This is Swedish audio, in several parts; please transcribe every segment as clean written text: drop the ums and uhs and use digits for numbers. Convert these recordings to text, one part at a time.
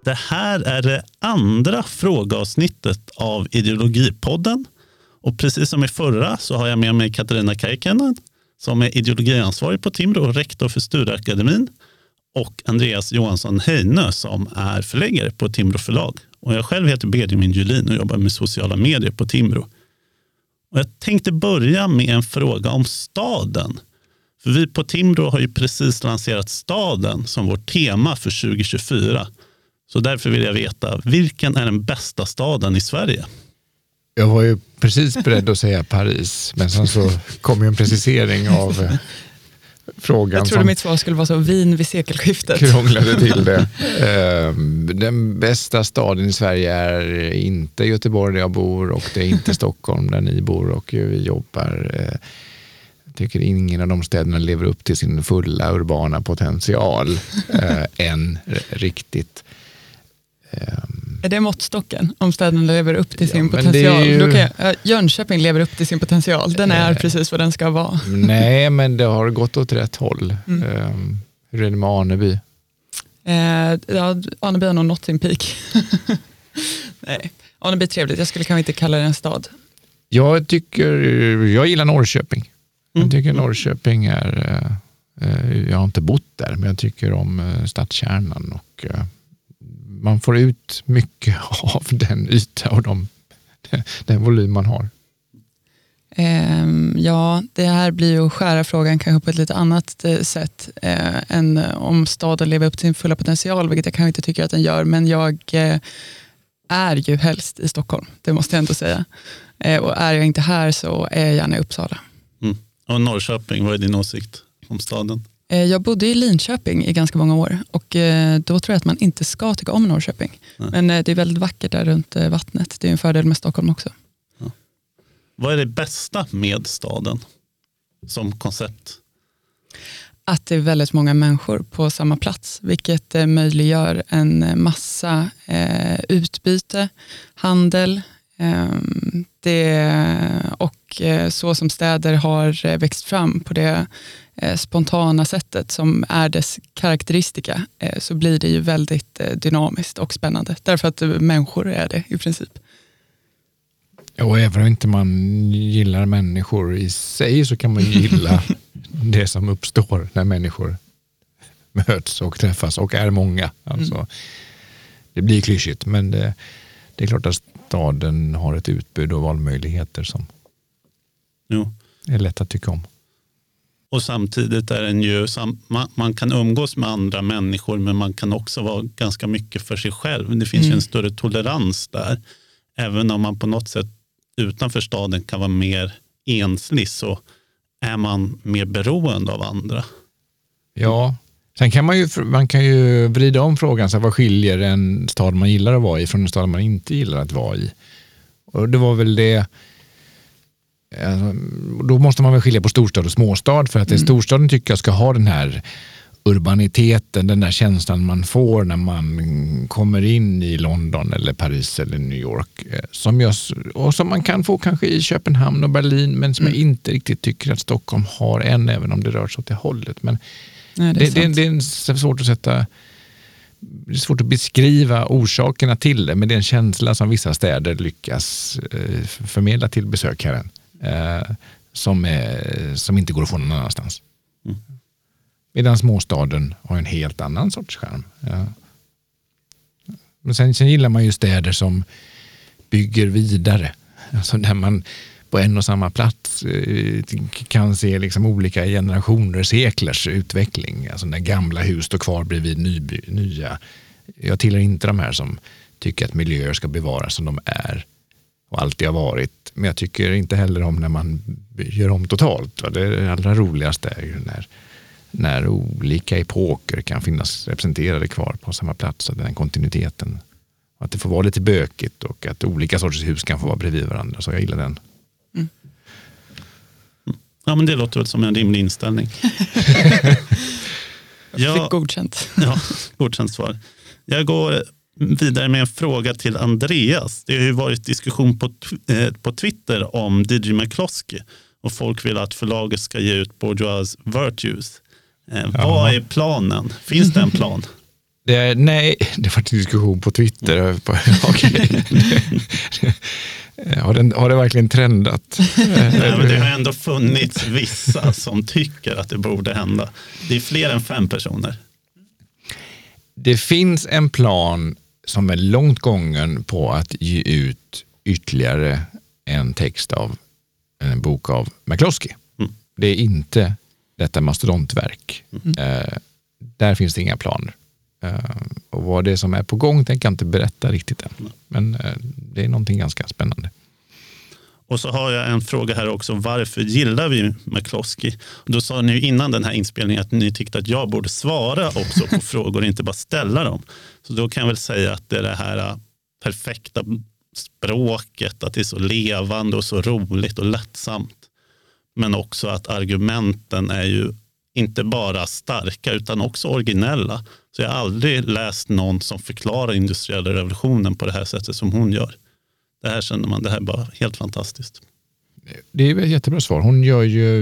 Det här är det andra frågeavsnittet av Ideologipodden. Och precis som i förra så har jag med mig Katarina Kaikkonen som är ideologiansvarig på Timbro och rektor för Studiekademin. Och Andreas Johansson Heinö som är förläggare på Timbro förlag. Och jag själv heter Benjamin Julin och jobbar med sociala medier på Timbro. Och jag tänkte börja med en fråga om staden. För vi på Timbro har ju precis lanserat staden som vårt tema för 2024. Så därför vill jag veta, vilken är den bästa staden i Sverige? Jag var ju precis beredd att säga Paris, men sen så kom ju en precisering av frågan. Jag trodde mitt svar skulle vara så Wien vid sekelskiftet. Krånglade till det. Den bästa staden i Sverige är inte Göteborg där jag bor och det är inte Stockholm där ni bor och vi jobbar. Jag tycker ingen av de städerna lever upp till sin fulla urbana potential än riktigt. Är det måttstocken om städerna lever upp till sin potential? Då Jönköping lever upp till sin potential. Den är precis vad den ska vara. Nej, men det har gått åt rätt håll. Hur är det med Aneby? Aneby har nog nått sin peak. Nej, Aneby är trevligt. Jag skulle kanske inte kalla det en stad. Jag gillar Norrköping. Jag tycker Norrköping är... jag har inte bott där, men jag tycker om stadskärnan och... man får ut mycket av den yta och den volym man har. Ja, det här blir ju att skära frågan kanske på ett lite annat sätt än om staden lever upp till sin fulla potential, vilket jag kanske inte tycker att den gör, men jag är ju helst i Stockholm, det måste jag ändå säga. Och är jag inte här så är jag gärna i Uppsala. Och Norrköping, vad är din åsikt om staden? Jag bodde i Linköping i ganska många år och då tror jag att man inte ska tycka om Norrköping. Ja. Men det är väldigt vackert där runt vattnet. Det är en fördel med Stockholm också. Ja. Vad är det bästa med staden som koncept? Att det är väldigt många människor på samma plats, vilket möjliggör en massa utbyte, handel, och så som städer har växt fram på det spontana sättet som är dess karaktäristika, så blir det ju väldigt dynamiskt och spännande. Därför att människor är det i princip. Och även om inte man gillar människor i sig så kan man gilla det som uppstår när människor möts och träffas och är många. Alltså, det blir klyschigt, men det är klart att staden har ett utbud och valmöjligheter som är lätt att tycka om. Och samtidigt är den ju, man kan umgås med andra människor, men man kan också vara ganska mycket för sig själv. Det finns ju en större tolerans där. Även om man på något sätt utanför staden kan vara mer enslig, så är man mer beroende av andra. Ja, sen kan man kan ju vrida om frågan. Så vad skiljer en stad man gillar att vara i från en stad man inte gillar att vara i? Och det var väl det... Då måste man väl skilja på storstad och småstad, för att storstaden tycker jag ska ha den här urbaniteten, den där känslan man får när man kommer in i London eller Paris eller New York, som man kan få kanske i Köpenhamn och Berlin, men som jag inte riktigt tycker att Stockholm har än, även om det rör sig åt det hållet. Men det är svårt att sätta... Det är svårt att beskriva orsakerna till det, men det är en känsla som vissa städer lyckas förmedla till besökaren som inte går att få någon annanstans. Medan småstaden har en helt annan sorts charm. Ja. Men sen gillar man ju städer som bygger vidare. Alltså där man på en och samma plats kan se liksom olika generationer, seklers utveckling. Alltså när gamla hus står kvar bredvid nya. Jag tillhör inte de här som tycker att miljöer ska bevaras som de är och alltid har varit. Men jag tycker inte heller om när man gör om totalt. Va? Det allra roligaste är ju när olika epoker kan finnas representerade kvar på samma plats, och den kontinuiteten. Att det får vara lite bökigt och att olika sorters hus kan få vara bredvid varandra. Så jag gillar den. Ja, men det låter väl som en rimlig inställning. Jag fick godkänt. Ja, godkänt svar. Jag går vidare med en fråga till Andreas. Det har ju varit diskussion på Twitter om DJ McCloskey och folk vill att förlaget ska ge ut Bourgeois Virtues. Vad är planen? Finns det en plan? Nej, det var en diskussion på Twitter. Har det verkligen trendat? Nej, men det har ändå funnits vissa som tycker att det borde hända. Det är fler än 5 personer. Det finns en plan som är långt gången på att ge ut ytterligare en text av en bok av McCloskey. Det är inte detta mastodontverk. Där finns det inga planer. Och vad det är som är på gång tänker jag inte berätta riktigt än. Men det är någonting ganska spännande. Och så har jag en fråga här också. Varför gillar vi McCloskey? Då sa ni innan den här inspelningen att ni tyckte att jag borde svara också på frågor och inte bara ställa dem. Så då kan jag väl säga att det är det här perfekta språket, att det är så levande och så roligt och lättsamt. Men också att argumenten är ju inte bara starka utan också originella. Så jag har aldrig läst någon som förklarar industriella revolutionen på det här sättet som hon gör. Det här känner man, det här är bara helt fantastiskt. Det är ett jättebra svar. Hon ger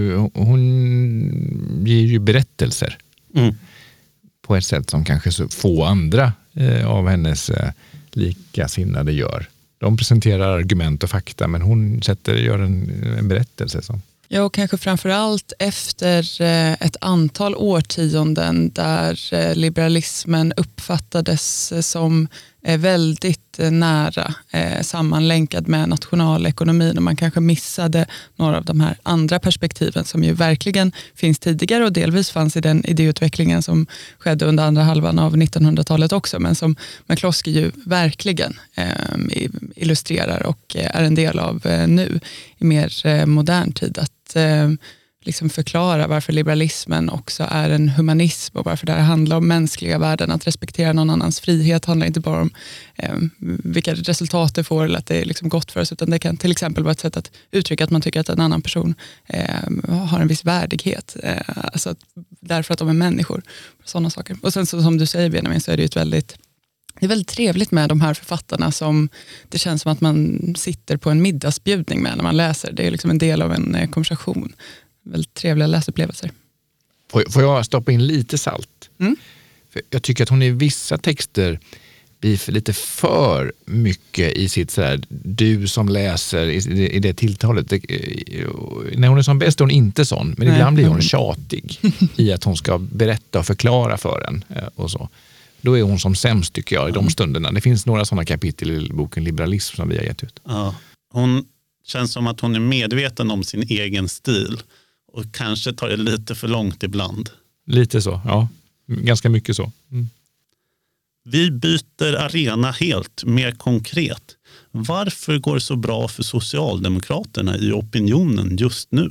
ju berättelser på ett sätt som kanske så få andra av hennes likasinnade gör. De presenterar argument och fakta, men hon gör en berättelse som... Ja, och kanske framförallt efter ett antal årtionden där liberalismen uppfattades som väldigt nära sammanlänkad med nationalekonomin och man kanske missade några av de här andra perspektiven som ju verkligen finns tidigare och delvis fanns i den idéutvecklingen som skedde under andra halvan av 1900-talet också, men som McCloskey ju verkligen illustrerar och är en del av nu i mer modern tid, att liksom förklara varför liberalismen också är en humanism och varför det här handlar om mänskliga värden. Att respektera någon annans frihet handlar inte bara om vilka resultat det får eller att det är liksom gott för oss, utan det kan till exempel vara ett sätt att uttrycka att man tycker att en annan person har en viss värdighet. Alltså att, därför att de är människor. Sådana saker. Och sen så, som du säger Benjamin, så är det ju det är väldigt trevligt med de här författarna som det känns som att man sitter på en middagsbjudning med när man läser. Det är liksom en del av en konversation. Väldigt trevliga läsupplevelser. Får jag stoppa in lite salt? För jag tycker att hon i vissa texter blir lite för mycket i sitt sådär, du som läser i det tilltalet. När hon är som bäst är hon inte sån, men ibland blir hon tjatig i att hon ska berätta och förklara för en och så. Då är hon som sämst tycker jag i de stunderna. Det finns några sådana kapitel i boken Liberalism som vi har gett ut. Ja, hon känns som att hon är medveten om sin egen stil och kanske tar det lite för långt ibland. Lite så, ja. Ganska mycket så. Vi byter arena helt, mer konkret. Varför går det så bra för Socialdemokraterna i opinionen just nu?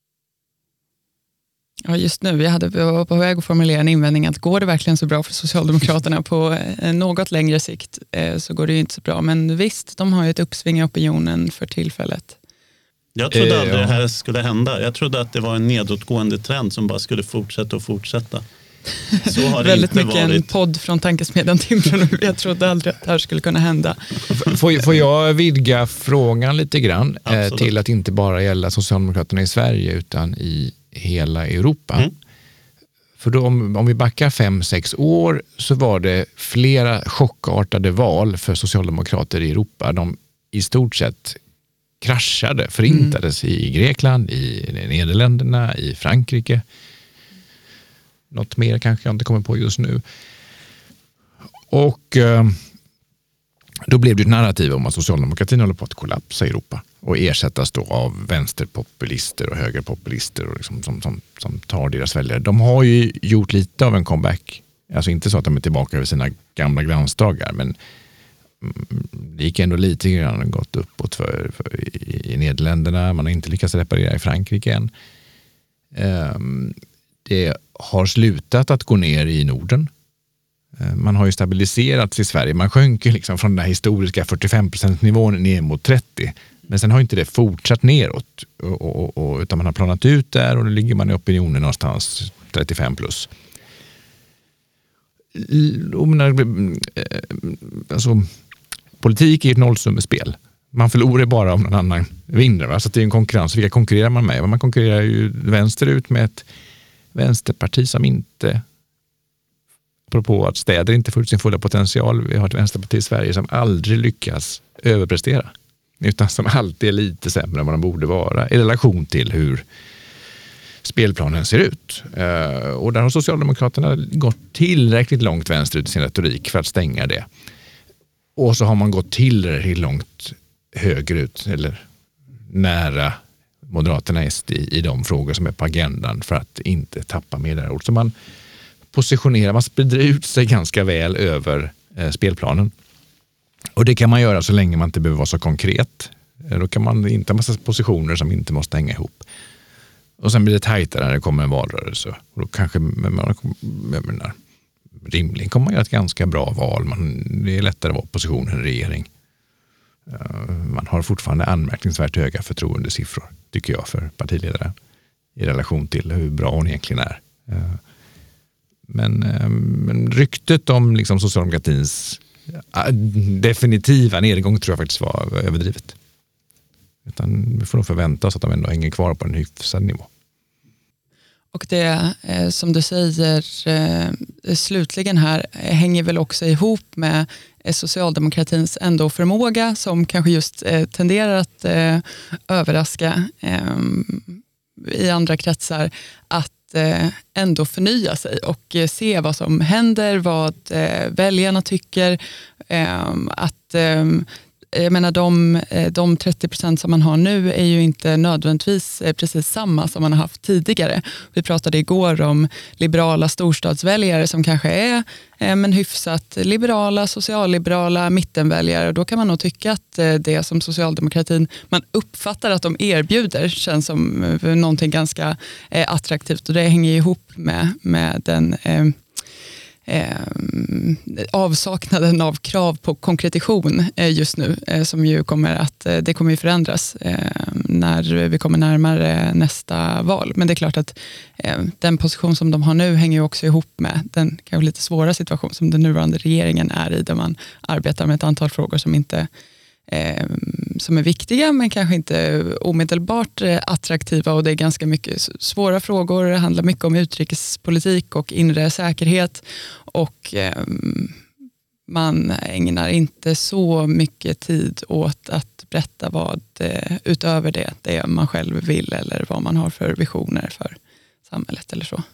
Ja, just nu. Jag var på väg att formulera en invändning att går det verkligen så bra för Socialdemokraterna på något längre sikt så går det ju inte så bra. Men visst, de har ju ett uppsving i opinionen för tillfället. Jag trodde aldrig det här skulle hända. Jag trodde att det var en nedåtgående trend som bara skulle fortsätta och fortsätta. Så har det väldigt inte mycket varit. En podd från Tankesmedjan Timrå. Jag trodde aldrig att det här skulle kunna hända. Får jag vidga frågan lite grann till att inte bara gälla Socialdemokraterna i Sverige utan i hela Europa. För då, om vi backar 5-6 år så var det flera chockartade val för socialdemokrater i Europa. De i stort sett kraschade, förintades i Grekland, i Nederländerna, i Frankrike. Något mer kanske jag inte kommer på just nu. Och då blev det ett narrativ om att socialdemokratin håller på att kollapsa i Europa och ersättas då av vänsterpopulister och högerpopulister och liksom som tar deras väljare. De har ju gjort lite av en comeback. Alltså inte så att de är tillbaka över sina gamla glansdagar, men det gick ändå lite grann gått uppåt för i Nederländerna. Man har inte lyckats reparera i Frankrike än. Det har slutat att gå ner i Norden. Man har ju stabiliserats i Sverige. Man sjönker liksom från den här historiska 45%-nivån ner mot 30%. Men sen har inte det fortsatt neråt. Utan man har planat ut där och nu ligger man i opinionen någonstans 35+. Alltså, politik är ett nollsummespel. Man förlorar bara om någon annan vinner. Va? Så det är en konkurrens. Vilka konkurrerar man med? Man konkurrerar ju vänsterut med ett vänsterparti som inte apropå att städer inte får ut sin fulla potential. Vi har ett vänsterparti i Sverige som aldrig lyckas överprestera. Utan som alltid är lite sämre än vad de borde vara i relation till hur spelplanen ser ut. Och där har Socialdemokraterna gått tillräckligt långt vänsterut i sin retorik för att stänga det. Och så har man gått tillräckligt långt högerut eller nära Moderaterna i de frågor som är på agendan för att inte tappa medborgarord. Så man positionerar, man sprider ut sig ganska väl över spelplanen. Och det kan man göra så länge man inte behöver vara så konkret. Då kan man inte ha massa positioner som inte måste hänga ihop. Och sen blir det tajtare när det kommer en valrörelse. Och då kanske rimligen kommer man göra ett ganska bra val. Det är lättare att vara opposition än regering. Man har fortfarande anmärkningsvärt höga förtroendesiffror, tycker jag, för partiledare i relation till hur bra hon egentligen är. Men ryktet om liksom socialdemokratins definitiva nedgång tror jag faktiskt var överdrivet. Utan vi får nog förvänta oss att de ändå hänger kvar på en hyfsad nivå. Och det som du säger slutligen här hänger väl också ihop med socialdemokratins ändå förmåga som kanske just tenderar att överraska i andra kretsar att ändå förnya sig och se vad som händer, vad väljarna tycker, att jag menar de 30% som man har nu är ju inte nödvändigtvis precis samma som man har haft tidigare. Vi pratade igår om liberala storstadsväljare som kanske är men hyfsat liberala, socialliberala mittenväljare, och då kan man nog tycka att det som socialdemokratin man uppfattar att de erbjuder känns som någonting ganska attraktivt, och det hänger ihop med den avsaknaden av krav på konkretion just nu som ju kommer ju förändras när vi kommer närmare nästa val. Men det är klart att den position som de har nu hänger ju också ihop med den kanske lite svåra situation som den nuvarande regeringen är i, där man arbetar med ett antal frågor som är viktiga men kanske inte omedelbart attraktiva, och det är ganska mycket svåra frågor. Det handlar mycket om utrikespolitik och inre säkerhet, och man ägnar inte så mycket tid åt att berätta vad utöver det man själv vill eller vad man har för visioner för samhället eller så.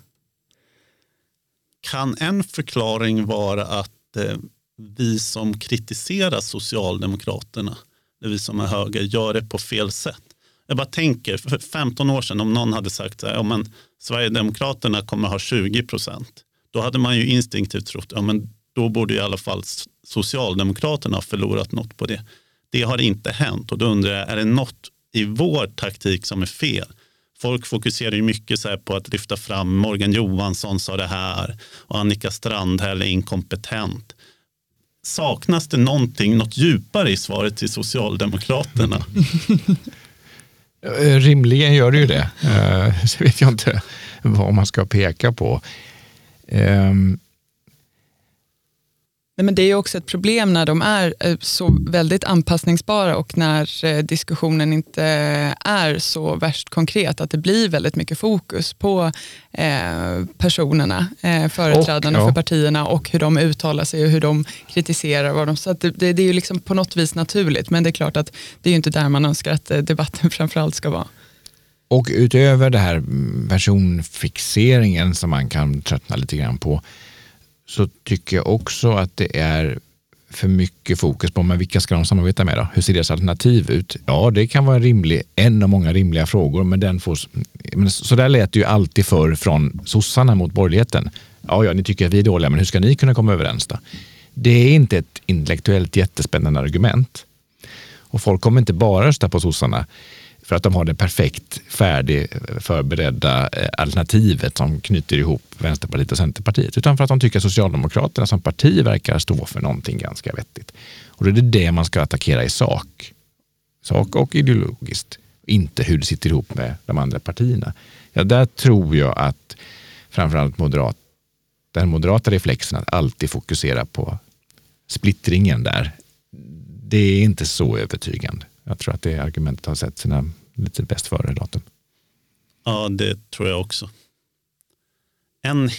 Kan en förklaring vara att vi som kritiserar Socialdemokraterna, vi som är höger, gör det på fel sätt? Jag bara tänker, för 15 år sedan om någon hade sagt så här, men Sverigedemokraterna kommer ha 20%, då hade man ju instinktivt trott, men då borde i alla fall Socialdemokraterna ha förlorat något på det. Det har inte hänt, och då undrar jag, är det något i vår taktik som är fel? Folk fokuserar ju mycket så här på att lyfta fram Morgan Johansson sa det här och Annika Strandhäll är inkompetent. Saknas det något djupare i svaret till Socialdemokraterna? Rimligen gör det ju det. Så vet jag inte vad man ska peka på. Nej, men det är ju också ett problem när de är så väldigt anpassningsbara och när diskussionen inte är så värst konkret, att det blir väldigt mycket fokus på personerna, företrädarna för partierna och hur de uttalar sig och hur de kritiserar vad de, så att det är ju liksom på något vis naturligt, men det är klart att det är ju inte där man önskar att debatten framförallt ska vara. Och utöver det här personfixeringen som man kan tröttna lite grann på, så tycker jag också att det är för mycket fokus på vilka ska de samarbeta med då? Hur ser deras alternativ ut? Ja, det kan vara en av många rimliga frågor, men så där lät det ju alltid förr från sossarna mot borgerligheten. Ja, ni tycker att vi är dåliga, men hur ska ni kunna komma överens då? Det är inte ett intellektuellt jättespännande argument. Och folk kommer inte bara rösta på sossarna för att de har det perfekt förberedda alternativet som knyter ihop Vänsterpartiet och Centerpartiet, utan för att de tycker att Socialdemokraterna som parti verkar stå för någonting ganska vettigt. Och det är det man ska attackera i sak och ideologiskt, inte hur det sitter ihop med de andra partierna. Ja, där tror jag att framförallt den moderata reflexen att alltid fokusera på splittringen där, det är inte så övertygande. Jag tror att det argumentet har sett sina lite bäst före datum. Ja, det tror jag också. En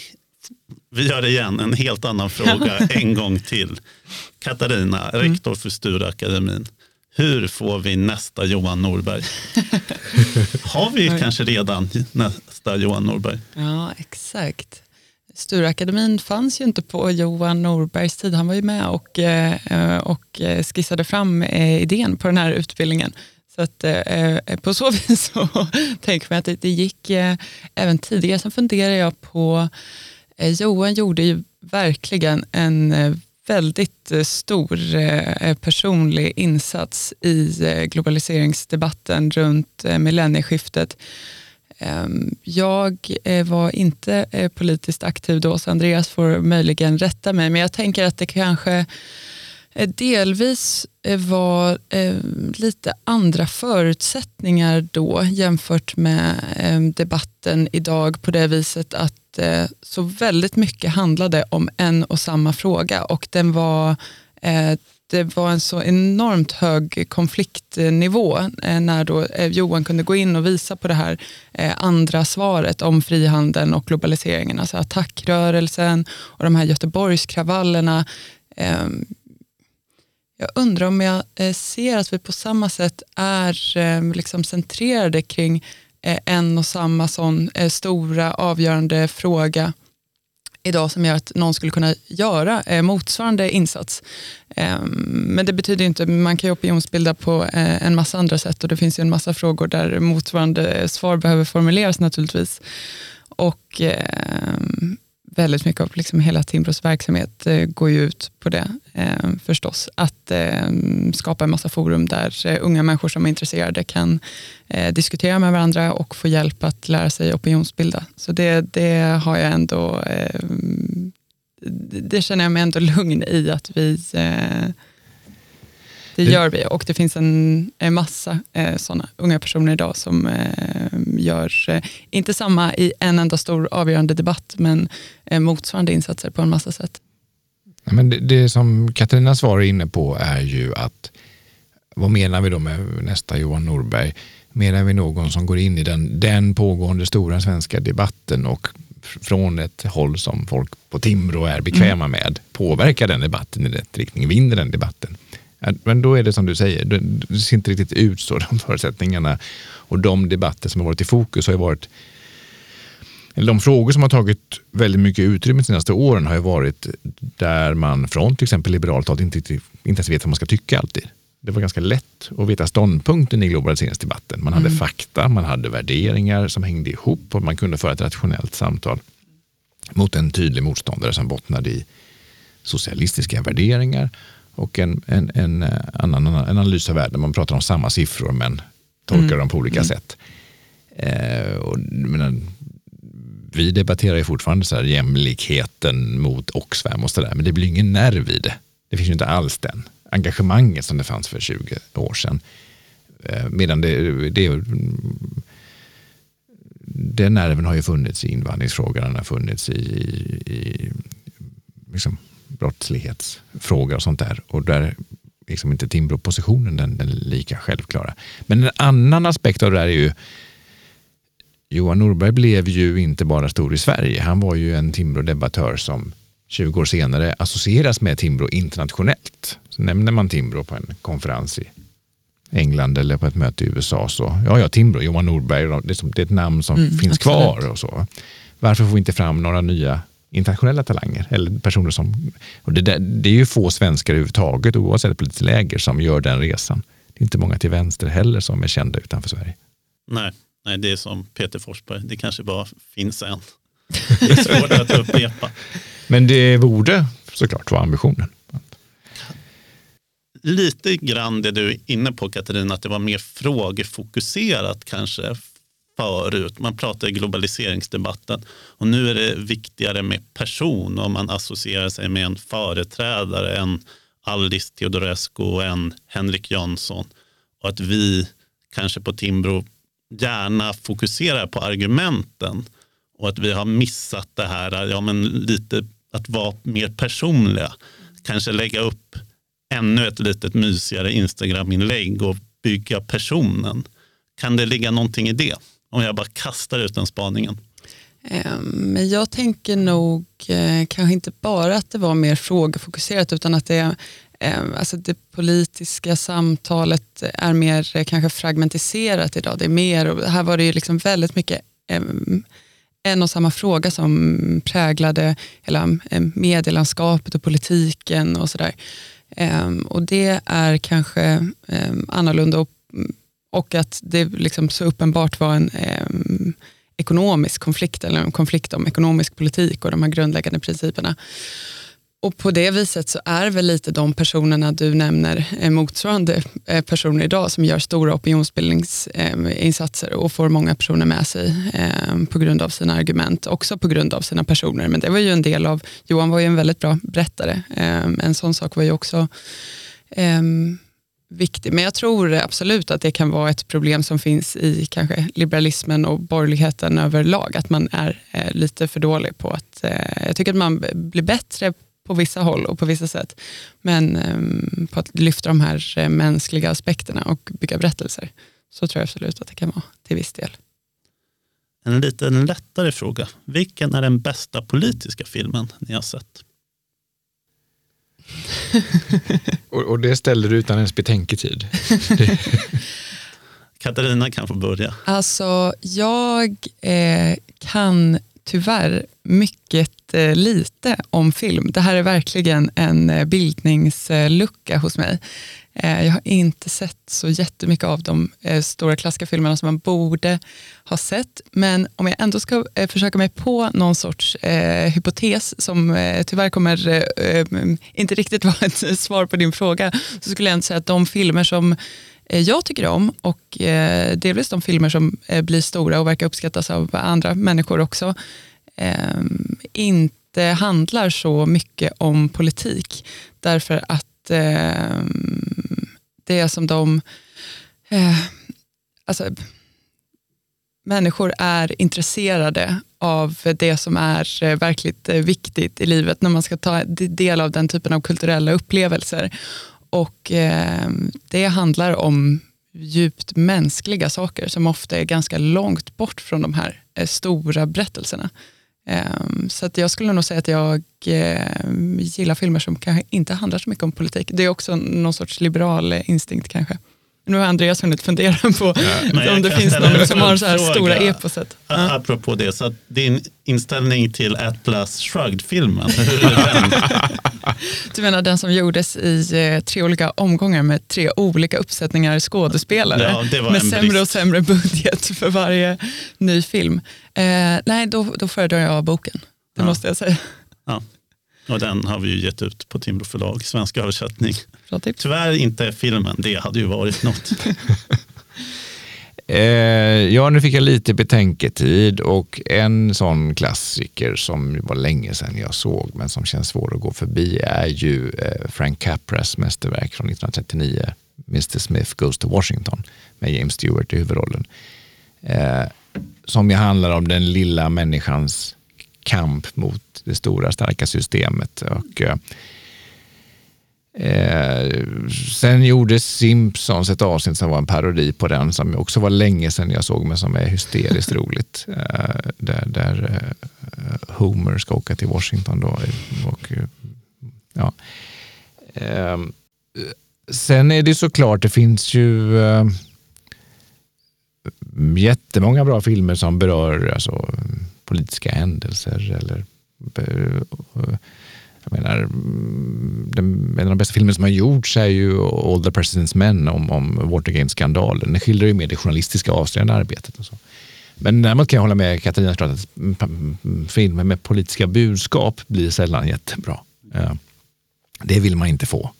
Vi gör det igen, en helt annan fråga en gång till. Katarina, rektor för Stureakademin. Hur får vi nästa Johan Norberg? Har vi kanske redan nästa Johan Norberg? Ja, exakt. Stureakademin fanns ju inte på Johan Norbergs tid. Han var ju med och skissade fram idén på den här utbildningen. Så att på så vis så tänker man att det gick även tidigare. Sen funderar jag på, Johan gjorde ju verkligen en väldigt stor personlig insats i globaliseringsdebatten runt millennieskiftet. Jag var inte politiskt aktiv då, så Andreas får möjligen rätta mig, men jag tänker att det kanske delvis var lite andra förutsättningar då jämfört med debatten idag, på det viset att så väldigt mycket handlade om en och samma fråga, och det var en så enormt hög konfliktnivå när då Johan kunde gå in och visa på det här andra svaret om frihandeln och globaliseringen, alltså attackrörelsen och de här Göteborgskravallerna. Jag undrar om jag ser att vi på samma sätt är liksom centrerade kring en och samma sån stora avgörande fråga idag, som gör att någon skulle kunna göra motsvarande insats. Men det betyder inte, man kan ju opinionsbilda på en massa andra sätt, och det finns ju en massa frågor där motsvarande svar behöver formuleras naturligtvis. Och väldigt mycket av liksom hela Timbros verksamhet går ju ut på det förstås. Att skapa en massa forum där unga människor som är intresserade kan diskutera med varandra och få hjälp att lära sig opinionsbilda. Så det har jag ändå, det känner jag mig ändå lugn i att vi det gör vi, och det finns en massa sådana unga personer idag som gör inte samma i en enda stor avgörande debatt, men motsvarande insatser på en massa sätt. Ja, men det som Katarina svar är inne på är ju att, vad menar vi då med nästa Johan Norberg? Menar vi någon som går in i den pågående stora svenska debatten och från ett håll som folk på Timbro är bekväma med påverkar den debatten i rätt riktning, vinner den debatten? Men då är det som du säger, det ser inte riktigt ut så, de förutsättningarna. Och de debatter som har varit i fokus har ju varit, eller de frågor som har tagit väldigt mycket utrymme de senaste åren har ju varit där man från till exempel liberalt håll inte ens vet vad man ska tycka alltid. Det var ganska lätt att veta ståndpunkten i globaliseringsdebatten. Man hade fakta, man hade värderingar som hängde ihop, och man kunde föra ett rationellt samtal mot en tydlig motståndare som bottnade i socialistiska värderingar och en annan analys av världen. Man pratar om samma siffror men tolkar dem på olika sätt. Vi debatterar ju fortfarande så här jämlikheten mot Oxfam och sådär, men det blir ingen nerv i det. Det finns ju inte alls den engagemanget som det fanns för 20 år sedan. Medan den nerven har ju funnits i invandringsfrågan, den har funnits i liksom brottslighetsfrågor och sånt där. Och där liksom inte Timbro-positionen den lika självklara. Men en annan aspekt av det där är ju, Johan Norberg blev ju inte bara stor i Sverige. Han var ju en Timbro-debattör som 20 år senare associeras med Timbro internationellt. Så nämner man Timbro på en konferens i England eller på ett möte i USA, så ja, Timbro, Johan Norberg, det är ett namn som finns absolut kvar och så. Varför får vi inte fram några nya internationella talanger eller personer som, och det är ju få svenskar överhuvudtaget oavsett politiskt läger som gör den resan. Det är inte många till vänster heller som är kända utanför Sverige. Nej, det är som Peter Forsberg. Det kanske bara finns en. Det är svårt att upprepa. Men det borde såklart vara ambitionen. Lite grann det du är inne på, Katarina, att det var mer frågefokuserat kanske förut. Man pratar i globaliseringsdebatten och nu är det viktigare med person, om man associerar sig med en företrädare, en Alice Teodorescu, en Henrik Jönsson, och att vi kanske på Timbro gärna fokuserar på argumenten och att vi har missat det här, lite att vara mer personliga, kanske lägga upp ännu ett litet mysigare Instagram-inlägg och bygga personen. Kan det ligga någonting i det? Om jag bara kastar ut den spaningen. Men jag tänker nog kanske inte bara att det var mer frågefokuserat, utan att alltså det politiska samtalet är mer kanske fragmentiserat idag. Det är mer, och här var det ju liksom väldigt mycket en och samma fråga som präglade hela medielandskapet och politiken och sådär. Och det är kanske annorlunda, och att det liksom så uppenbart var en ekonomisk konflikt, eller en konflikt om ekonomisk politik och de här grundläggande principerna. Och på det viset så är väl lite de personerna du nämner motsvarande personer idag som gör stora opinionsbildningsinsatser och får många personer med sig på grund av sina argument, också på grund av sina personer. Men det var ju en del av, Johan var ju en väldigt bra berättare. En sån sak var ju också viktig. Men jag tror absolut att det kan vara ett problem som finns i kanske liberalismen och borgerligheten överlag, att man är lite för dålig på att, jag tycker att man blir bättre på vissa håll och på vissa sätt, men på att lyfta de här mänskliga aspekterna och bygga berättelser, så tror jag absolut att det kan vara till viss del. En lite lättare fråga. Vilken är den bästa politiska filmen ni har sett? och det ställer du utan ens betänketid. Katarina kan få börja. Alltså, jag kan tyvärr mycket lite om film. Det här är verkligen en bildningslucka hos mig. Jag har inte sett så jättemycket av de stora klassiska filmerna som man borde ha sett. Men om jag ändå ska försöka mig på någon sorts hypotes som tyvärr kommer inte riktigt vara ett svar på din fråga, så skulle jag ändå säga att de filmer som jag tycker om, och delvis de filmer som blir stora och verkar uppskattas av andra människor också, inte handlar så mycket om politik. Därför att det är som alltså, människor är intresserade av det som är verkligt viktigt i livet när man ska ta del av den typen av kulturella upplevelser. Och det handlar om djupt mänskliga saker som ofta är ganska långt bort från de här stora berättelserna. Så att jag skulle nog säga att jag gillar filmer som kanske inte handlar så mycket om politik. Det är också någon sorts liberal instinkt kanske. Nu har Andreas hunnit fundera på om det finns någon som har så här stora eposet. Apropå det, så att din inställning till Atlas Shrugged-filmen, Du menar den som gjordes i 3 olika omgångar med 3 olika uppsättningar skådespelare, ja, med sämre och sämre budget för varje ny film. Nej, då föredrar jag boken. Det måste jag säga. Ja. Och den har vi ju gett ut på Timbro förlag, svenska översättning. Typ. Tyvärr inte filmen, det hade ju varit något. Ja, nu fick jag lite betänketid, och en sån klassiker som var länge sedan jag såg men som känns svår att gå förbi är ju Frank Capras mästerverk från 1939, Mr. Smith Goes to Washington, med James Stewart i huvudrollen. Som ju handlar om den lilla människans kamp mot det stora starka systemet. Och sen gjorde Simpsons ett avsnitt som var en parodi på den, som också var länge sedan jag såg men som är hysteriskt roligt. Där Homer ska åka till Washington då. Och, ja. Sen är det såklart, det finns ju jättemånga bra filmer som berör alltså politiska händelser, eller jag menar, en av de bästa filmer som har gjorts är ju All the President's Men om Watergate-skandalen. Den skildrar ju mer det journalistiska avslöjande arbetet och så. Men däremot kan jag hålla med Katarina att filmer med politiska budskap blir sällan jättebra. Det vill man inte få.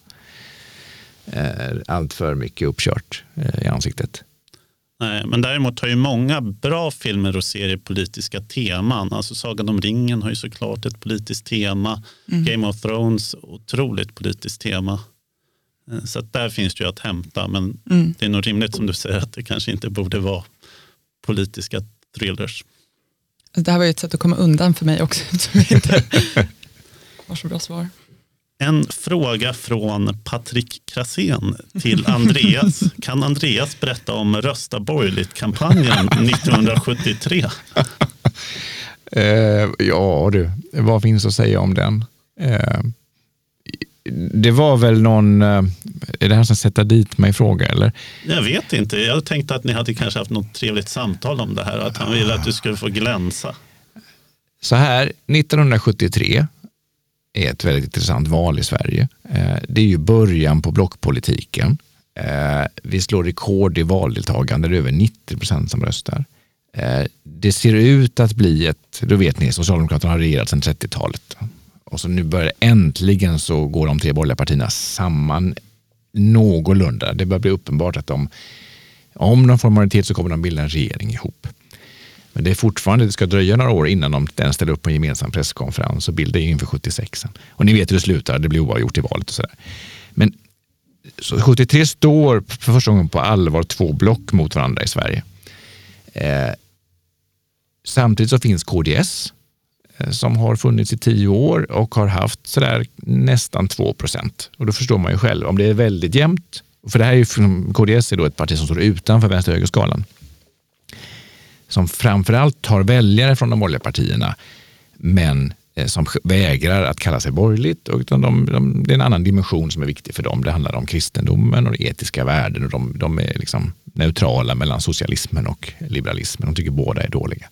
Allt för mycket uppkört i ansiktet. Nej, men däremot har ju många bra filmer och serier politiska teman. Alltså Sagan om ringen har ju såklart ett politiskt tema. Game of Thrones, otroligt politiskt tema. Så att där finns det ju att hämta. Men det är nog rimligt som du säger att det kanske inte borde vara politiska thrillers. Det här var ju ett sätt att komma undan för mig också. Som inte var så bra svar. En fråga från Patrik Krasén till Andreas. Kan Andreas berätta om Rösta borgerligt-kampanjen 1973? Ja du, vad finns att säga om den? Det var väl någon, är det här som sätter dit mig fråga eller? Jag vet inte, jag tänkte att ni hade kanske haft något trevligt samtal om det här, att han ville att du skulle få glänsa. Så här, 1973 är ett väldigt intressant val i Sverige. Det är ju början på blockpolitiken. Vi slår rekord i valdeltagande, det är över 90% som röstar. Det ser ut att bli då vet ni, Socialdemokraterna har regerat sedan 30-talet. Och så nu börjar äntligen så går de tre borgerliga partierna samman någorlunda. Det börjar bli uppenbart att om de får majoritet så kommer de bilda en regering ihop. Men det är fortfarande, det ska dröja några år innan de ställer upp på en gemensam presskonferens och bildar inför 76. Och ni vet hur det slutar, det blir oavgjort i valet och sådär. Men så 73 står för första gången på allvar 2 block mot varandra i Sverige. Samtidigt så finns KDS som har funnits i 10 år och har haft sådär nästan 2%. Och då förstår man ju själv, om det är väldigt jämnt, för det här är ju, KDS är då ett parti som står utanför vänster-högerskalan, som framförallt tar väljare från de borgerliga partierna, men som vägrar att kalla sig borgerligt. Och det är en annan dimension som är viktig för dem. Det handlar om kristendomen och de etiska värden, och de är liksom neutrala mellan socialismen och liberalismen. De tycker båda är dåliga.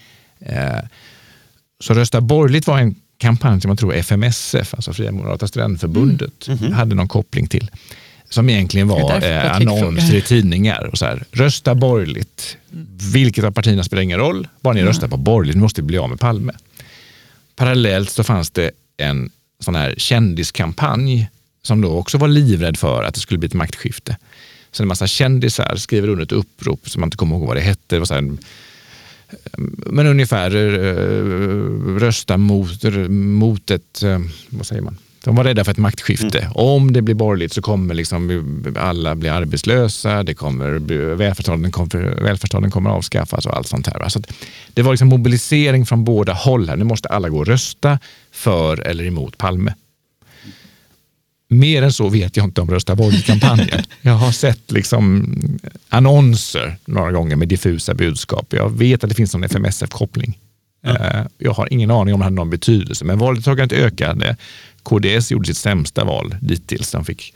Så rösta borgerligt var en kampanj som man tror FMSF, alltså Fria Moderata Studentförbundet, hade någon koppling till. Som egentligen var annonser i tidningar och så här, rösta borgerligt. Vilket av partierna spelar ingen roll, bara ni röstar på borgerligt, ni måste bli av med Palme. Parallellt så fanns det en sån här kändiskampanj som då också var livrädd för att det skulle bli ett maktskifte. Så en massa kändisar skriver under ett upprop som man inte kommer ihåg vad det hette. Det var så här, men ungefär rösta mot ett, vad säger man? De var rädda för ett maktskifte. Om det blir borgerligt så kommer liksom alla bli arbetslösa, välfärdsstaten kommer avskaffas och allt sånt här. Så det var liksom mobilisering från båda håll här. Nu måste alla gå och rösta för eller emot Palme. Mer än så vet jag inte om rösta borgerligt-kampanjen. Jag har sett liksom annonser några gånger med diffusa budskap. Jag vet att det finns någon FMSF-koppling. Jag har ingen aning om det hade någon betydelse. Men valdeltagandet ökade. KDS gjorde sitt sämsta val dittills. De fick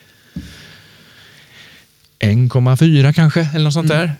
1,4 kanske eller något sånt där.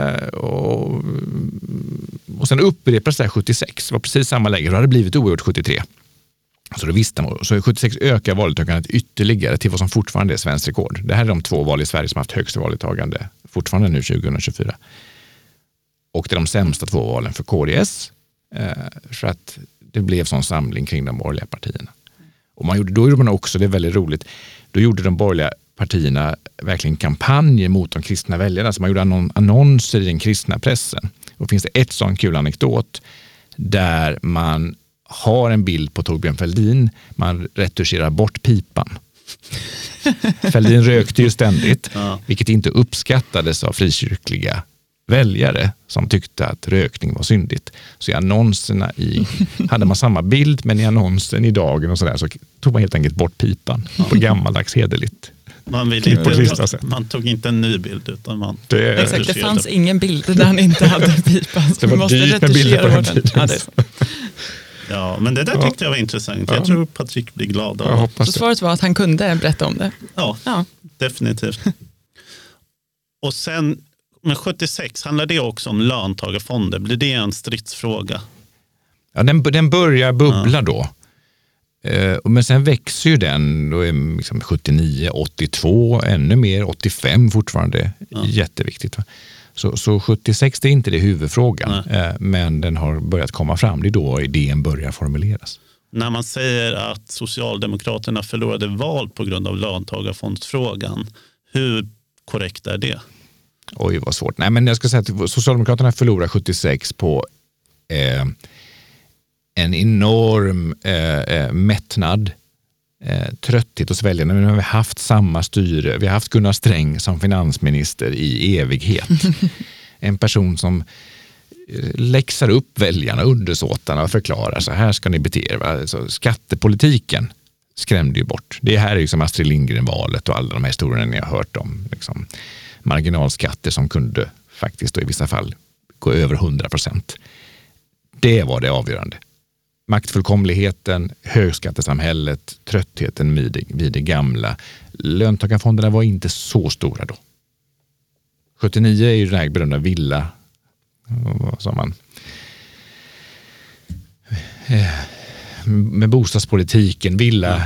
Och sen upprepades det här 76. Det var precis samma läge. Det hade blivit oavgjort 73. Så då visste man. Så 76 ökar valdeltagandet ytterligare till vad som fortfarande är svensk rekord. Det här är de 2 val i Sverige som har haft högst valdeltagande fortfarande nu 2024. Och det är de sämsta 2 valen för KDS. För att det blev sån samling kring de borgerliga partierna. Och då gjorde man också, det är väldigt roligt, då gjorde de borgerliga partierna verkligen kampanjer mot de kristna väljarna. Så man gjorde annonser i den kristna pressen. Och finns det ett sån kul anekdot där man har en bild på Torbjörn Fälldin, man retuscherar bort pipan. Fälldin rökte ju ständigt, vilket inte uppskattades av frikyrkliga väljare som tyckte att rökning var syndigt. Så i annonserna hade man samma bild, men i annonsen i Dagen och sådär så tog man helt enkelt bort pipan på gammaldags hederligt. Man tog inte en ny bild utan man... Exakt, det fanns ingen bild där han inte hade pipan. Det var dyrt med bilder på den tiden. Ja, men det där tyckte jag var intressant. Jag tror Patrik blir glad av. Så svaret var att han kunde berätta om det? Ja. Definitivt. Och sen med 76 handlar det också om löntagarfonder. Blir det en stridsfråga? Ja, den börjar bubbla då. Men sen växer ju den. Då är liksom 79, 82, ännu mer, 85 fortfarande. Jätteviktigt. Va? Så 76 det är inte det huvudfrågan. Men den har börjat komma fram. Det är då idén börjar formuleras. När man säger att Socialdemokraterna förlorade val på grund av löntagarfondsfrågan, hur korrekt är det? Oj, vad svårt. Nej, men jag ska säga att Socialdemokraterna förlorar 76 på en enorm mättnad, trötthet hos väljarna. Men vi har haft samma styre. Vi har haft Gunnar Sträng som finansminister i evighet. En person som läxar upp väljarna, undersåtarna och förklarar så här ska ni bete er. Alltså, skattepolitiken skrämde ju bort. Det här är ju som Astrid Lindgren-valet och alla de här historierna ni har hört om. Liksom, marginalskatter som kunde faktiskt då i vissa fall gå över 100%. Det var det avgörande. Maktfullkomligheten, högskattesamhället, tröttheten vid det gamla. Löntagarfonderna var inte så stora då. 79 är ju den här berömda villa, vad sa man, med bostadspolitiken,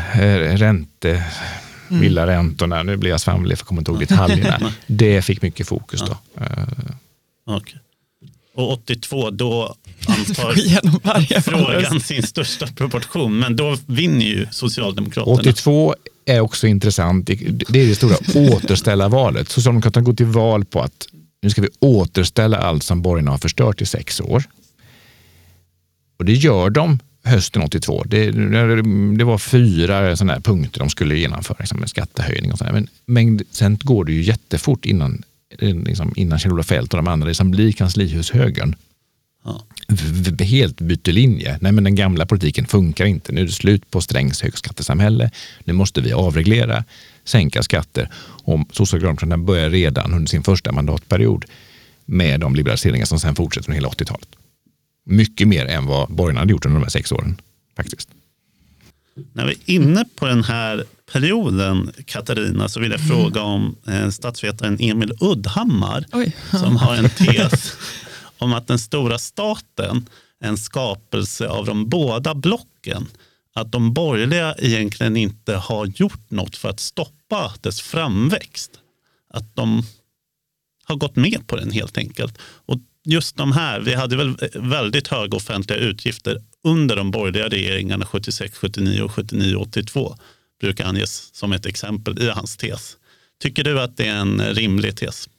villaräntorna, nu blir jag svamlig för jag kommer inte ihåg detaljerna. Det fick mycket fokus då. Okay. Och 82, då antar frågan sin största proportion, men då vinner ju Socialdemokraterna. 82 är också intressant. Det är det stora återställarvalet. Socialdemokraterna går till val på att nu ska vi återställa allt som borgarna har förstört i 6 år. Och det gör de hösten 82. Det var 4 sådana här punkter de skulle genomföra, liksom med skattehöjning och sådär. Men sen går det ju jättefort innan Kjell-Olof Feldt och de andra som blir kanslihushögern. Ja. Helt byter linje. Nej, men den gamla politiken funkar inte. Nu är det slut på Strängs högskattesamhälle. Nu måste vi avreglera, sänka skatter. Och Socialdemokraterna börjar redan under sin första mandatperiod med de liberaliseringar som sen fortsätter under hela 80-talet. Mycket mer än vad borgarna hade gjort under de här 6 åren, faktiskt. När vi är inne på den här perioden, Katarina, så vill jag fråga om statsvetaren Emil Uddhammar som har en tes om att den stora staten är en skapelse av de båda blocken. Att de borgerliga egentligen inte har gjort något för att stoppa dess framväxt. Att de har gått med på den helt enkelt. Och just de här, vi hade väl väldigt höga offentliga utgifter under de borgerliga regeringarna 76, 79 och 79, 82 brukar anges som ett exempel i hans tes. Tycker du att det är en rimlig tes?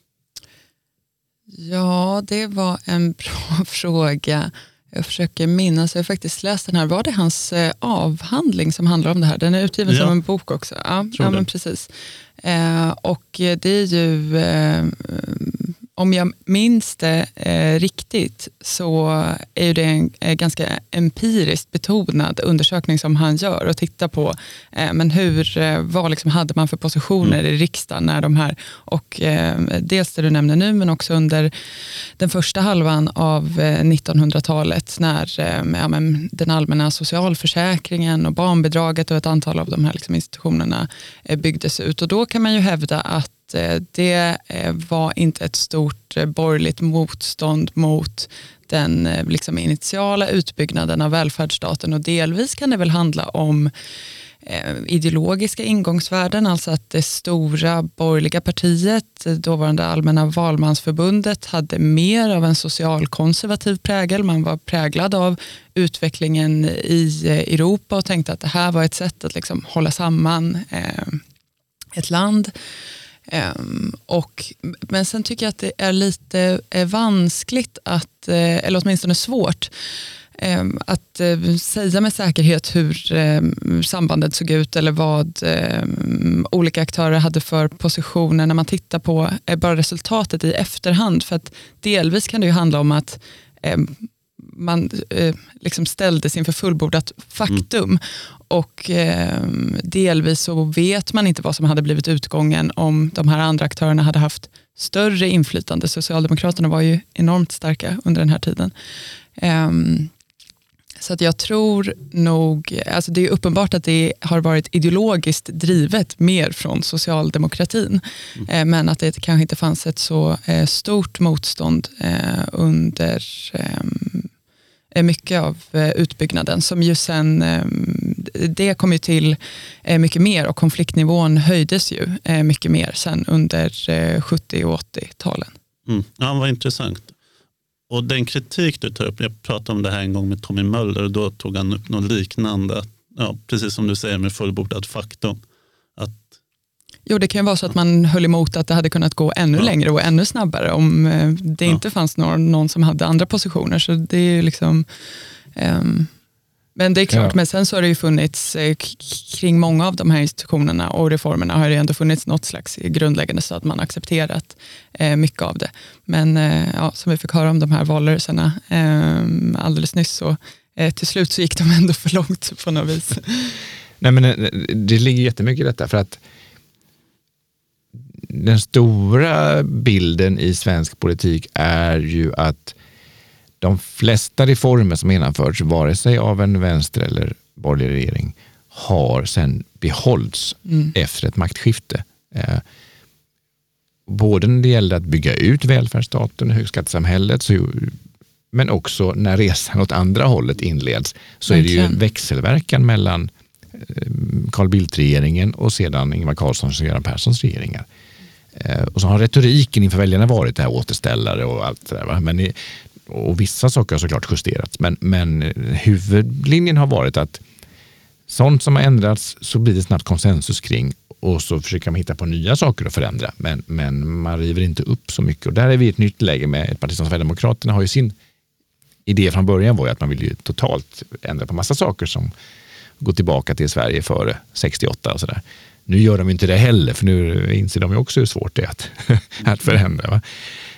Ja, det var en bra fråga. Jag försöker minnas, jag har faktiskt läst den här. Var det hans avhandling som handlar om det här? Den är utgiven som en bok också. Ja, men precis. Och det är ju, om jag minns det riktigt, så är ju det en ganska empiriskt betonad undersökning som han gör och tittar på men vad liksom hade man för positioner i riksdagen när de här, och dels det du nämner nu men också under den första halvan av 1900-talet när den allmänna socialförsäkringen och barnbidraget och ett antal av de här liksom institutionerna byggdes ut, och då kan man ju hävda att det var inte ett stort borgerligt motstånd mot den liksom initiala utbyggnaden av välfärdsstaten, och delvis kan det väl handla om ideologiska ingångsvärden, alltså att det stora borgerliga partiet, dåvarande Allmänna valmansförbundet, hade mer av en socialkonservativ prägel. Man var präglad av utvecklingen i Europa och tänkte att det här var ett sätt att liksom hålla samman ett land. Men sen tycker jag att det är lite vanskligt att, eller åtminstone svårt att säga med säkerhet hur sambandet såg ut eller vad olika aktörer hade för positioner när man tittar på bara resultatet i efterhand. För att delvis kan det ju handla om att man liksom ställdes inför fullbordat faktum. Och delvis så vet man inte vad som hade blivit utgången om de här andra aktörerna hade haft större inflytande. Socialdemokraterna var ju enormt starka under den här tiden. Så att jag tror nog, alltså det är uppenbart att det har varit ideologiskt drivet mer från socialdemokratin. Men att det kanske inte fanns ett så stort motstånd under mycket av utbyggnaden, som ju sen, det kom ju till mycket mer och konfliktnivån höjdes ju mycket mer sen under 70- och 80-talen. Ja, vad intressant. Och den kritik du tar upp, jag pratade om det här en gång med Tommy Möller och då tog han upp något liknande, ja, precis som du säger med fullbordat faktum. Jo, det kan ju vara så att man höll emot att det hade kunnat gå ännu längre och ännu snabbare om det inte fanns någon som hade andra positioner. Så det är ju liksom... men det är klart, men sen så har det ju funnits kring många av de här institutionerna och reformerna har det ändå funnits något slags grundläggande så att man accepterat mycket av det. Men som vi fick höra om de här valrörelserna alldeles nyss, så till slut så gick de ändå för långt på något vis. Nej, men det ligger jättemycket i detta, för att den stora bilden i svensk politik är ju att de flesta reformer som genomförts, vare sig av en vänster eller borgerlig regering, har sen behållits efter ett maktskifte. Både när det gäller att bygga ut välfärdsstaten och högskattesamhället, men också när resan åt andra hållet inleds, så är det ju en växelverkan mellan Carl Bildt-regeringen och sedan Ingvar Carlssons och Göran Perssons regeringar. Och så har retoriken inför väljarna varit det här återställare och allt det där. Och vissa saker har såklart justerats. Men huvudlinjen har varit att sånt som har ändrats så blir det snabbt konsensus kring, och så försöker man hitta på nya saker att förändra. Men man river inte upp så mycket. Och där är vi i ett nytt läge med ett parti som Sverigedemokraterna har ju sin idé från början var ju att man vill ju totalt ändra på massa saker som går tillbaka till Sverige före 68 och sådär. Nu gör de inte det heller, för nu inser de ju också hur svårt det är att förändra. Va?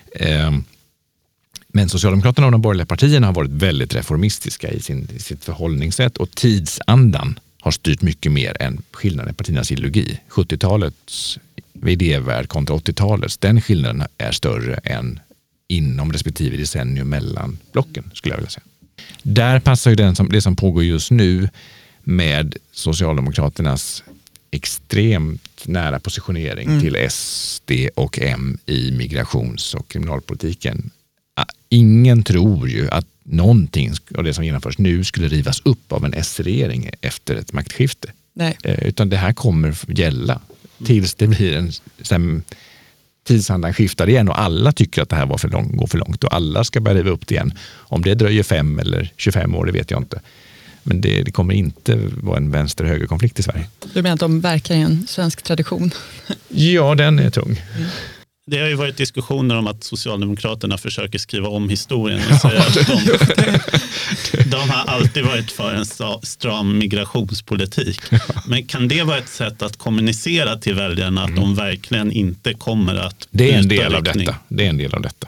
Men Socialdemokraterna och de borgerliga partierna har varit väldigt reformistiska i sitt förhållningssätt, och tidsandan har styrt mycket mer än skillnaden i partiernas ideologi. 70-talets idévärld kontra 80-talets, den skillnaden är större än inom respektive decennium mellan blocken, skulle jag vilja säga. Där passar ju det som pågår just nu med Socialdemokraternas extremt nära positionering till SD och M i migrations- och kriminalpolitiken. Ingen tror ju att någonting av det som genomförs nu skulle rivas upp av en S-regering efter ett maktskifte. Nej. Utan det här kommer gälla tills det blir tidsandan skiftar igen och alla tycker att det här går för långt och alla ska börja riva upp det igen. Om det dröjer 5 eller 25 år, det vet jag inte. Men det kommer inte vara en vänster-höger-konflikt i Sverige. Du menar att de verkar i en svensk tradition? Ja, den är tung. Det har ju varit diskussioner om att Socialdemokraterna försöker skriva om historien och säga att de har alltid varit för en stram migrationspolitik. Men kan det vara ett sätt att kommunicera till väljarna att de verkligen inte kommer att Det är en del av detta. Det är en del av detta.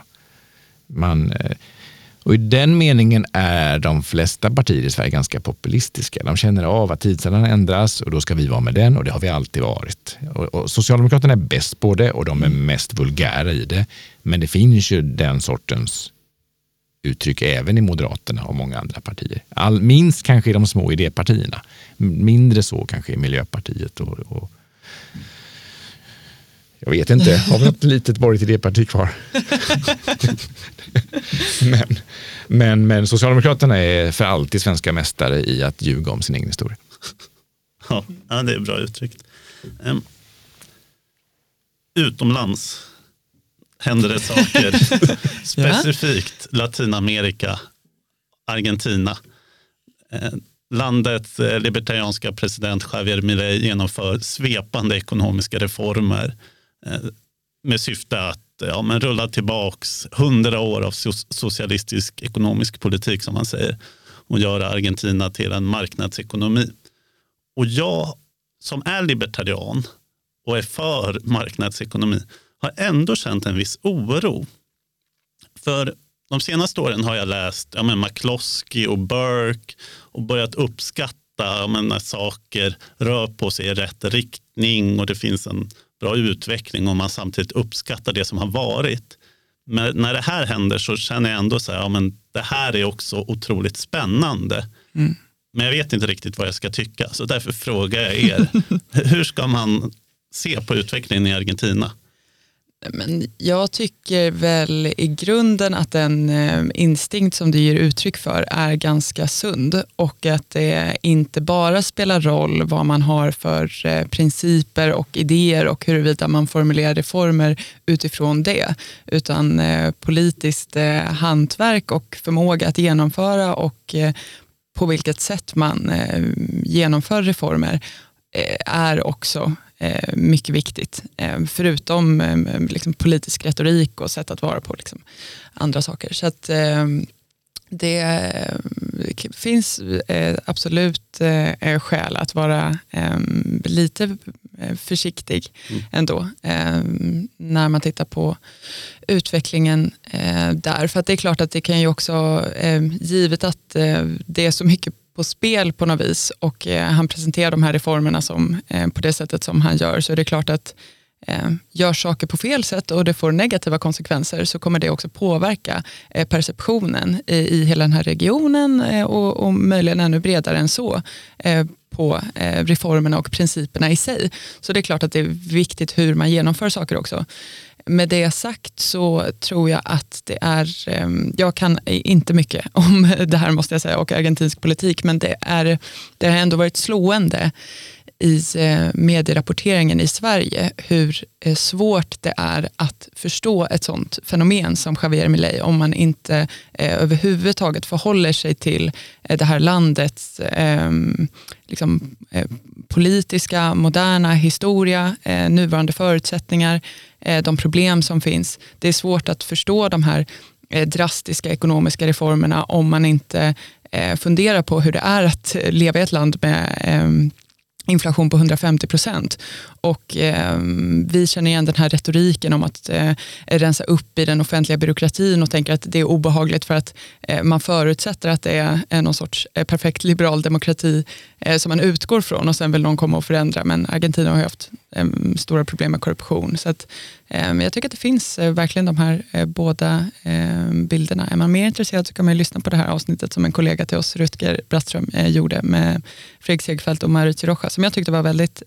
Och i den meningen är de flesta partier i Sverige ganska populistiska. De känner av att tidsandan ändras och då ska vi vara med den, och det har vi alltid varit. Och Socialdemokraterna är bäst på det och de är mest vulgära i det. Men det finns ju den sortens uttryck även i Moderaterna och många andra partier. Minst kanske i de små idépartierna. Mindre så kanske i Miljöpartiet och jag vet inte, har vi något litet borgerligt idéparti kvar? men Socialdemokraterna är för alltid svenska mästare i att ljuga om sin egen historia. Ja, det är bra uttryckt. Utomlands händer det saker. Specifikt Latinamerika, Argentina. Landets libertarianska president Javier Milei genomför svepande ekonomiska reformer med syfte att rulla tillbaks 100 år av socialistisk ekonomisk politik, som man säger, och göra Argentina till en marknadsekonomi. Och jag som är libertarian och är för marknadsekonomi har ändå känt en viss oro. För de senaste åren har jag läst McCloskey och Burke och börjat uppskatta när saker rör på sig i rätt riktning och det finns en bra utveckling och man samtidigt uppskattar det som har varit. Men när det här händer så känner jag ändå så här, det här är också otroligt spännande. Mm. Men jag vet inte riktigt vad jag ska tycka, så därför frågar jag er. Hur ska man se på utvecklingen i Argentina? Men jag tycker väl i grunden att den instinkt som du ger uttryck för är ganska sund, och att det inte bara spelar roll vad man har för principer och idéer och huruvida man formulerar reformer utifrån det, utan politiskt hantverk och förmåga att genomföra och på vilket sätt man genomför reformer är också mycket viktigt, förutom politisk retorik och sätt att vara på andra saker. Så att det finns absolut skäl att vara lite försiktig ändå när man tittar på utvecklingen där. För att det är klart att det kan ju också, givet att det är så mycket på spel på något vis och han presenterar de här reformerna som på det sättet som han gör, så är det klart att gör saker på fel sätt och det får negativa konsekvenser, så kommer det också påverka perceptionen i hela den här regionen och möjligen ännu bredare än så på reformerna och principerna i sig. Så det är klart att det är viktigt hur man genomför saker också. Med det sagt så tror jag att det är, jag kan inte mycket om det här måste jag säga och argentinsk politik, men det har ändå varit slående i medierapporteringen i Sverige hur svårt det är att förstå ett sånt fenomen som Javier Milei om man inte överhuvudtaget förhåller sig till det här landets politiska, moderna historia, nuvarande förutsättningar, de problem som finns. Det är svårt att förstå de här drastiska ekonomiska reformerna om man inte funderar på hur det är att leva i ett land med inflation på 150%. Och vi känner igen den här retoriken om att rensa upp i den offentliga byråkratin och tänker att det är obehagligt för att man förutsätter att det är någon sorts perfekt liberal demokrati som man utgår från och sen vill någon komma och förändra. Men Argentina har ju haft stora problem med korruption. Så att, jag tycker att det finns verkligen de här båda bilderna. Är man mer intresserad så kan man lyssna på det här avsnittet som en kollega till oss, Rutger Brattström, gjorde med Fredrik Segerfeldt och Mauricio Rojas, som jag tyckte var väldigt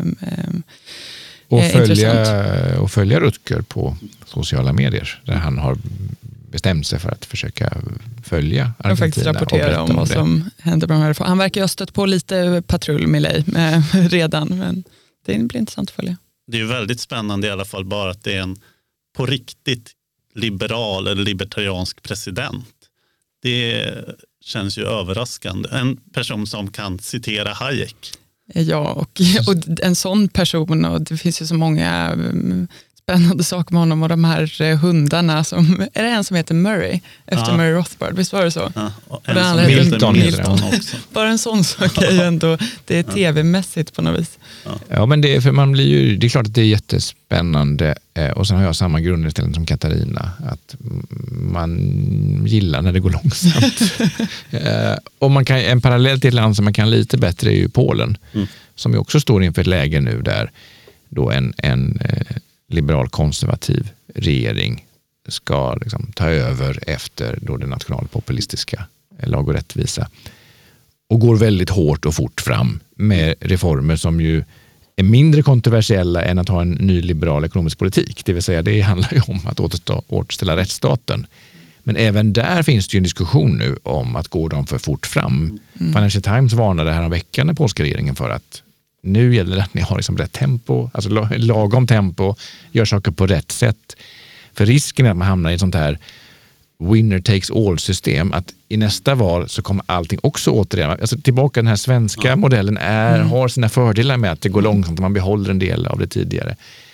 och följa Rutger på sociala medier där han har bestämt sig för att försöka följa Argentina. Och faktiskt rapportera om vad som händer med de här. Han verkar ju ha stött på lite patrull Milei redan, men det blir intressant att följa. Det är ju väldigt spännande i alla fall bara att det är en på riktigt liberal eller libertariansk president. Det känns ju överraskande. En person som kan citera Hayek. Ja, och en sån person, och det finns ju så många spännande saker med honom och de här hundarna som, är det en som heter Murray efter Murray Rothbard, visst var det så? Ja, och och en som Milton också. Bara en sån sak är ju ändå, det är tv-mässigt på något vis. Ja, men det är klart att det är jättespännande, och sen har jag samma grundinställning som Katarina, att man gillar när det går långsamt. Och en parallell till ett land som man kan lite bättre är ju Polen, som ju också står inför ett läge nu där då en liberal konservativ regering ska liksom ta över efter då det nationalpopulistiska Lag och rättvisa, och går väldigt hårt och fort fram med reformer som ju är mindre kontroversiella än att ha en ny liberal ekonomisk politik. Det vill säga, det handlar ju om att återställa rättsstaten. Men även där finns det ju en diskussion nu om att gå de för fort fram. Financial Times varnade här en vecka den polska regeringen för att nu gäller det att ni har liksom rätt tempo, alltså lagom tempo, gör saker på rätt sätt. För risken är att man hamnar i ett sånt här winner takes all-system, att i nästa val så kommer allting också återigen, alltså tillbaka den här svenska modellen har sina fördelar med att det går långsamt och man behåller en del av det tidigare.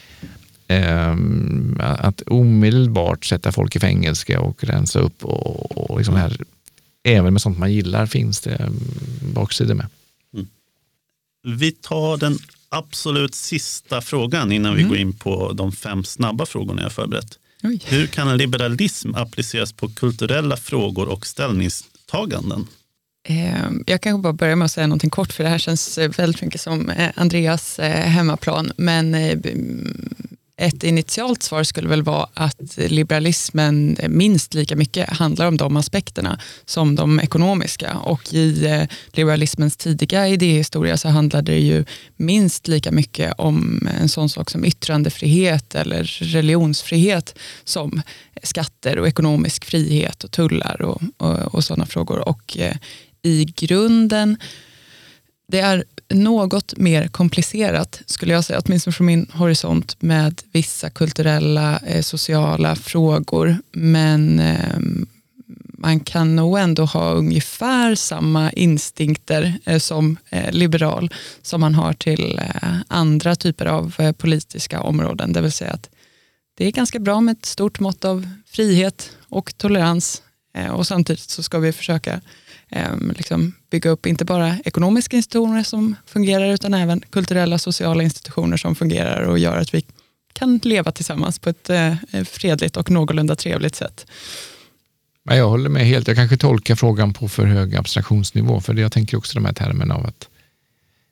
Att omedelbart sätta folk i fängelse och rensa upp och liksom här, även med sånt man gillar finns det baksidor med. Vi tar den absolut sista frågan innan vi går in på de 5 snabba frågorna jag förberett. Oj. Hur kan en liberalism appliceras på kulturella frågor och ställningstaganden? Jag kan bara börja med att säga någonting kort, för det här känns väldigt mycket som Andreas hemmaplan. Men ett initialt svar skulle väl vara att liberalismen minst lika mycket handlar om de aspekterna som de ekonomiska. Och i liberalismens tidiga idéhistoria så handlade det ju minst lika mycket om en sån sak som yttrandefrihet eller religionsfrihet som skatter och ekonomisk frihet och tullar och sådana frågor. Och i grunden, det är något mer komplicerat skulle jag säga, åtminstone från min horisont, med vissa kulturella, sociala frågor. Men man kan nog ändå ha ungefär samma instinkter som liberal som man har till andra typer av politiska områden. Det vill säga att det är ganska bra med ett stort mått av frihet och tolerans, och samtidigt så ska vi försöka bygga upp inte bara ekonomiska institutioner som fungerar utan även kulturella, sociala institutioner som fungerar och gör att vi kan leva tillsammans på ett fredligt och någorlunda trevligt sätt. Jag håller med helt. Jag kanske tolkar frågan på för hög abstraktionsnivå, för jag tänker också de här termerna av att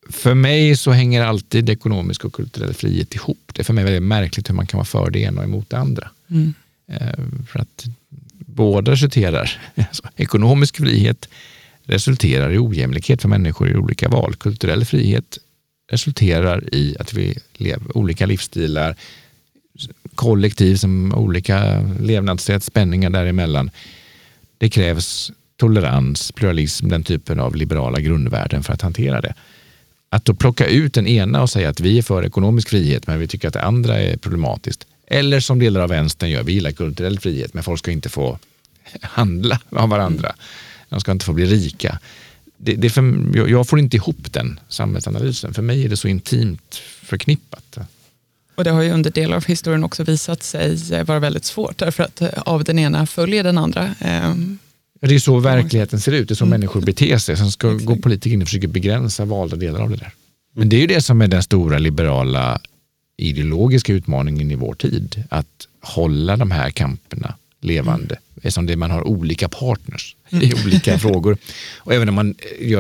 För mig så hänger alltid ekonomisk och kulturell frihet ihop. Det är för mig väldigt märkligt hur man kan vara för det ena och emot det andra. För att båda resulterar, alltså, ekonomisk frihet resulterar i ojämlikhet för människor i olika val. Kulturell frihet resulterar i att vi lever olika livsstilar, kollektiv som olika levnadssätt, spänningar däremellan. Det krävs tolerans, pluralism, den typen av liberala grundvärden för att hantera det. Att då plocka ut den ena och säga att vi är för ekonomisk frihet men vi tycker att det andra är problematiskt. Eller som delar av vänstern gör, vi gillar kulturell frihet men folk ska inte få handla av varandra. De ska inte få bli rika. Jag får inte ihop den samhällsanalysen. För mig är det så intimt förknippat. Och det har ju under delar av historien också visat sig vara väldigt svårt därför att av den ena följer den andra. Det är så verkligheten ser ut, det är så människor beter sig. Sen ska gå politiker in och försöka begränsa valda delar av det där. Men det är ju det som är den stora liberala ideologiska utmaningen i vår tid. Att hålla de här kamperna levande. Eftersom det man har olika partners i olika frågor. Och även om man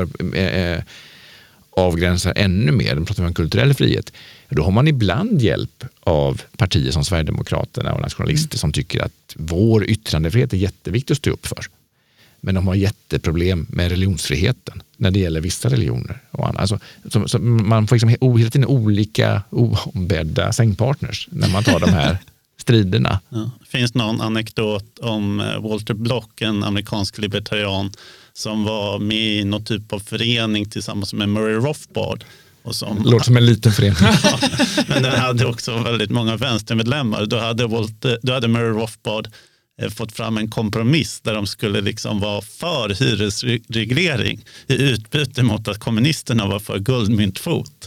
avgränsar ännu mer, de pratar om kulturell frihet, då har man ibland hjälp av partier som Sverigedemokraterna och nationalister som tycker att vår yttrandefrihet är jätteviktig att stå upp för. Men de har jätteproblem med religionsfriheten när det gäller vissa religioner. Och alltså, så man får liksom hela tiden olika oombedda sängpartners när man tar de här striderna. Ja. Finns någon anekdot om Walter Block, en amerikansk libertarian som var med i någon typ av förening tillsammans med Murray Rothbard. Och som, låter som en liten förening. Ja, men den hade också väldigt många vänstermedlemmar. Då hade Murray Rothbard fått fram en kompromiss där de skulle liksom vara för hyresreglering i utbyte mot att kommunisterna var för guldmyntfot.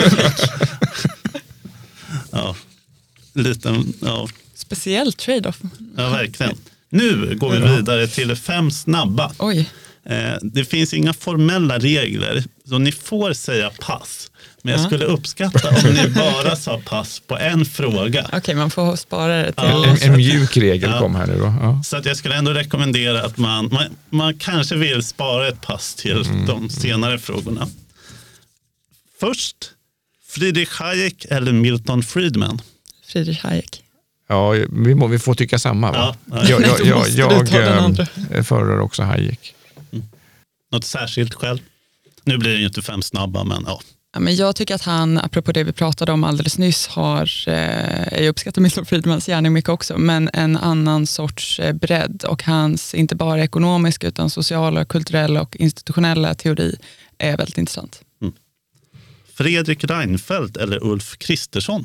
Ja, liten, ja. Speciell trade-off. Ja, verkligen. Nu går vi vidare till 5 snabba. Oj. Det finns inga formella regler, så ni får säga pass. Men jag skulle uppskatta om ni bara sa pass på en fråga. Okej, man får spara det till... En mjuk regel kom här nu då. Ja. Så att jag skulle ändå rekommendera att man kanske vill spara ett pass till de senare frågorna. Först, Friedrich Hayek eller Milton Friedman? Friedrich Hayek. Ja, vi får tycka samma, va? Ja. Jag föredrar också Hayek. Något särskilt skäl? Nu blir det ju inte 5 snabba, men ja. Ja, men jag tycker att han, apropå det vi pratade om alldeles nyss, jag uppskattar Milton Friedmans gärning mycket också, men en annan sorts bredd, och hans inte bara ekonomiska utan sociala, kulturella och institutionella teori är väldigt intressant. Fredrik Reinfeldt eller Ulf Kristersson?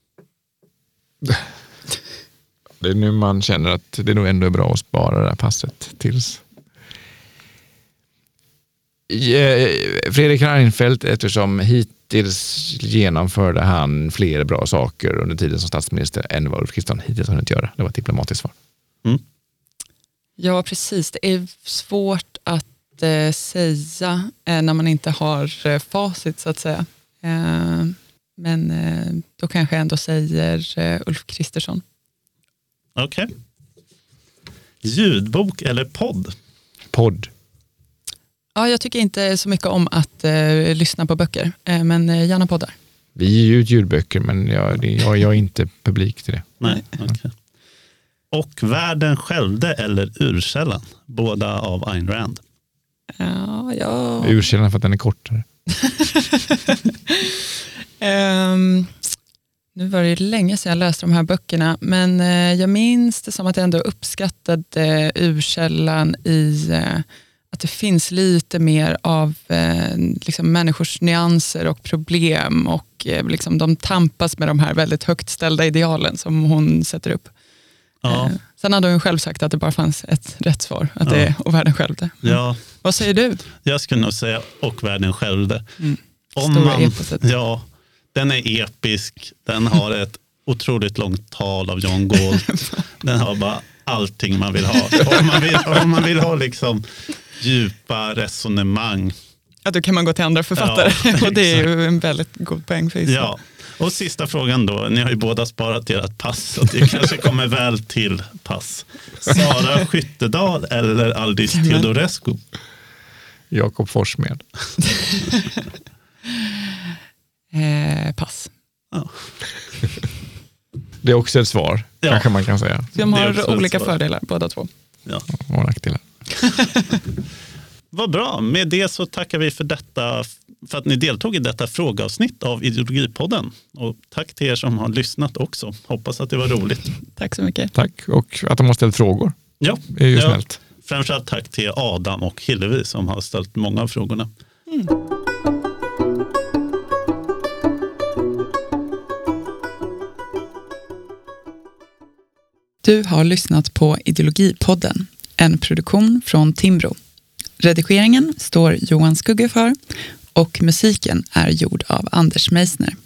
Det är nu man känner att det nog ändå är bra att spara det här passet tills... Fredrik Reinfeldt, eftersom hittills genomförde han fler bra saker under tiden som statsminister än vad Ulf Kristersson hittills hunnit göra. Det var ett diplomatiskt svar. Ja, precis. Det är svårt att säga när man inte har facit, så att säga. Men då kanske jag ändå säger Ulf Kristersson. Okej. Ljudbok eller podd? Podd. Ja, jag tycker inte så mycket om att lyssna på böcker, men gärna poddar. Vi ger ut ljudböcker, men jag är inte publik till det. Nej, okay. Och Världen skälvde eller Urkällan? Båda av Ayn Rand. Ja. Urkällan för att den är kortare. Nu var det länge sedan jag läste de här böckerna, men jag minns det som att jag ändå uppskattade Urkällan i att det finns lite mer av liksom människors nyanser och problem, och liksom de tampas med de här väldigt högt ställda idealen som hon sätter upp. Ja. Sen hade hon själv sagt att det bara fanns ett rätt svar, att det är och världen självde. Ja. Vad säger du? Jag skulle nog säga och världen självde. Stora eposet. Ja, den är episk. Den har ett otroligt långt tal av John Galt. Den har bara allting man vill ha. Om man vill ha liksom djupa resonemang. Ja, då kan man gå till andra författare. Ja, och det är ju en väldigt god poäng för vissa. Ja, och sista frågan då. Ni har ju båda sparat ert pass, så det kanske kommer väl till pass. Sara Skyttedal eller Aldis Teodorescu? Jakob Forssmed. Pass. Ja. Det är också ett svar, kanske man kan säga. De har olika fördelar, båda två. Ja. Och nackdelar. Vad bra. Med det så tackar vi för att ni deltog i detta frågeavsnitt av Ideologipodden. Och tack till er som har lyssnat också. Hoppas att det var roligt. Tack så mycket. Tack, och att de har ställt frågor. Ja, det är ju snällt. Framförallt tack till Adam och Hillevi som har ställt många av frågorna. Du har lyssnat på Ideologipodden, en produktion från Timbro. Redigeringen står Johan Skugge för och musiken är gjord av Anders Meisner.